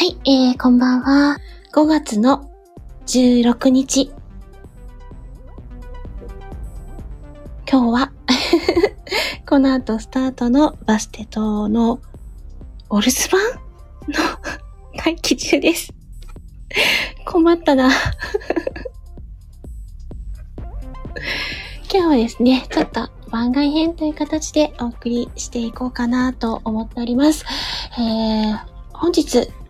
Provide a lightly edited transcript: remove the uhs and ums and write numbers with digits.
い、こんばんは。5月の16日。今日は、この後スタートのバステ島のお留守番の待機中です。困ったな。今日はですね、ちょっと番外編という形でお送りしていこうかなと思っております。本日